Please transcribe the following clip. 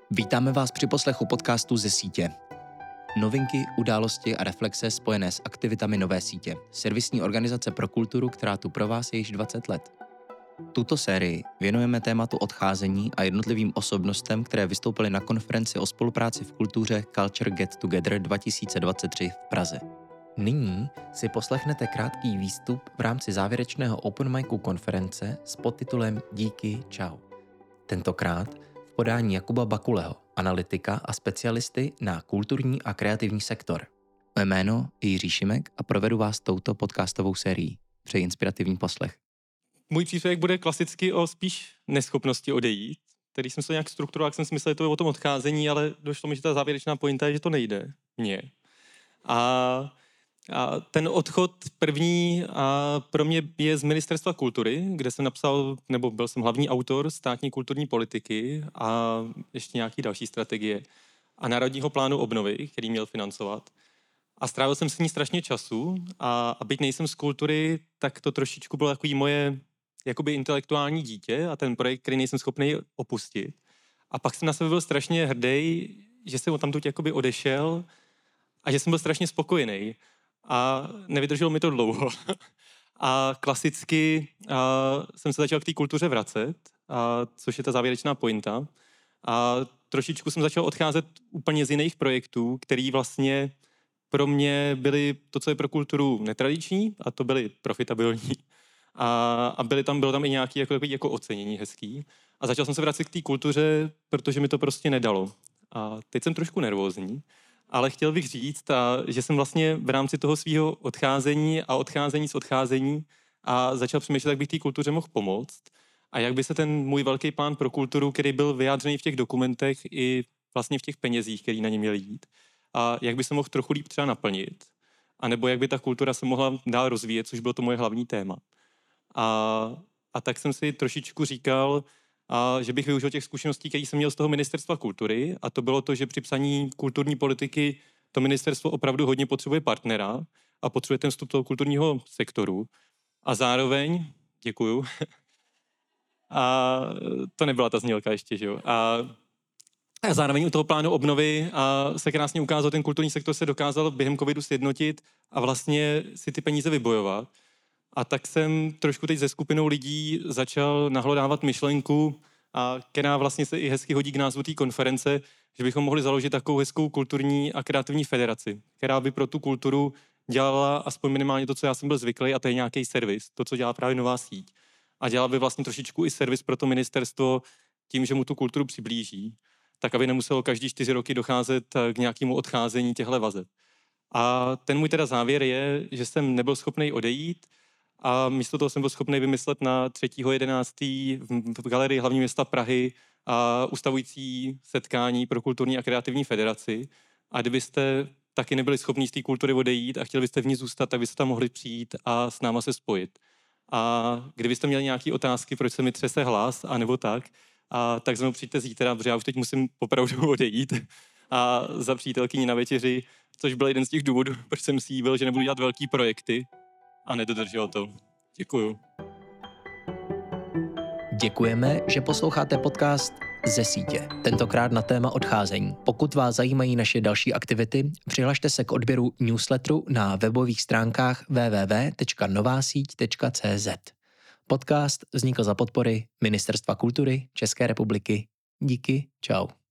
Vítáme vás při poslechu podcastu Ze sítě. Novinky, události a reflexe spojené s aktivitami Nové sítě, servisní organizace pro kulturu, která tu pro vás je již 20 let. Tuto sérii věnujeme tématu odcházení a jednotlivým osobnostem, které vystoupily na konferenci o spolupráci v kultuře Culture Get Together 2023 v Praze. Nyní si poslechnete krátký výstup v rámci závěrečného open micu konference s podtitulem Díky, čau. Tentokrát v podání Jakuba Bakuleho, analytika a specialisty na kulturní a kreativní sektor. Mé jméno je Jiří Šimek a provedu vás touto podcastovou sérií. Přeji inspirativní poslech. Můj příspěvek bude klasicky o spíš neschopnosti odejít. Který jsem se nějak strukturoval, jak jsem si myslel, že to je o tom odcházení, ale došlo mi, že ta závěrečná pointa je, že to nejde. Mně. A ten odchod první pro mě je z Ministerstva kultury, kde jsem napsal, nebo byl jsem hlavní autor státní kulturní politiky a ještě nějaký další strategie a Národního plánu obnovy, který měl financovat. A strávil jsem s ní strašně času a byť nejsem z kultury, tak to trošičku bylo takový moje jakoby intelektuální dítě a ten projekt, který nejsem schopný opustit. A pak jsem na sebe byl strašně hrdý, že jsem odtamtud jakoby odešel a že jsem byl strašně spokojený. A nevydrželo mi to dlouho. A klasicky jsem se začal k té kultuře vracet, což je ta závěrečná pointa. A trošičku jsem začal odcházet úplně z jiných projektů, který vlastně pro mě byly to, co je pro kulturu netradiční, a to byly profitabilní. A bylo tam i nějaké jako ocenění hezký. A začal jsem se vracet k té kultuře, protože mi to prostě nedalo. A teď jsem trošku nervózní, ale chtěl bych říct, že jsem vlastně v rámci toho svého odcházení a odcházení z odcházení a začal přemýšlet, jak bych té kultuře mohl pomoct a jak by se ten můj velký plán pro kulturu, který byl vyjádřený v těch dokumentech i vlastně v těch penězích, který na ně měl jít, a jak by se mohl trochu líp třeba naplnit, anebo jak by ta kultura se mohla dál rozvíjet, což bylo to moje hlavní téma. A tak jsem si trošičku říkal, že bych využil těch zkušeností, které jsem měl z toho Ministerstva kultury, a to bylo to, že při psaní kulturní politiky to ministerstvo opravdu hodně potřebuje partnera a potřebuje ten vstup toho kulturního sektoru. A zároveň, děkuju, a to nebyla ta znělka ještě, že jo, a zároveň u toho plánu obnovy se krásně ukázalo, ten kulturní sektor se dokázal během covidu sjednotit a vlastně si ty peníze vybojovat. A tak jsem trošku teď se skupinou lidí začal nahlodávat myšlenku, která vlastně se i hezky hodí k názvu té konference, že bychom mohli založit takovou hezkou kulturní a kreativní federaci, která by pro tu kulturu dělala aspoň minimálně to, co já jsem byl zvyklý, a to je nějaký servis, to, co dělá právě Nová síť. A dělala by vlastně trošičku i servis pro to ministerstvo tím, že mu tu kulturu přiblíží, tak aby nemuselo každý 4 roky docházet k nějakému odcházení těchto vazeb. A ten můj teda závěr je, že jsem nebyl schopný odejít, a místo toho jsem byl schopný vymyslet na 3.11. v Galerii hlavního města Prahy ustavující setkání pro kulturní a kreativní federaci. A kdybyste taky nebyli schopni z té kultury odejít a chtěli byste v ní zůstat, tak byste tam mohli přijít a s náma se spojit. A kdybyste měli nějaké otázky, proč se mi třese hlas, anebo tak za mnou přijďte zítra, protože já už teď musím opravdu odejít a za přítelkyní na večeři, což byl jeden z těch důvodů, proč jsem slíbil, že nebudu dělat velký projekty. A nedodržel to. Děkuju. Děkujeme, že posloucháte podcast Ze sítě, tentokrát na téma odcházení. Pokud vás zajímají naše další aktivity, přihlašte se k odběru newsletteru na webových stránkách www.novasíť.cz. Podcast vznikl za podpory Ministerstva kultury České republiky. Díky, čau.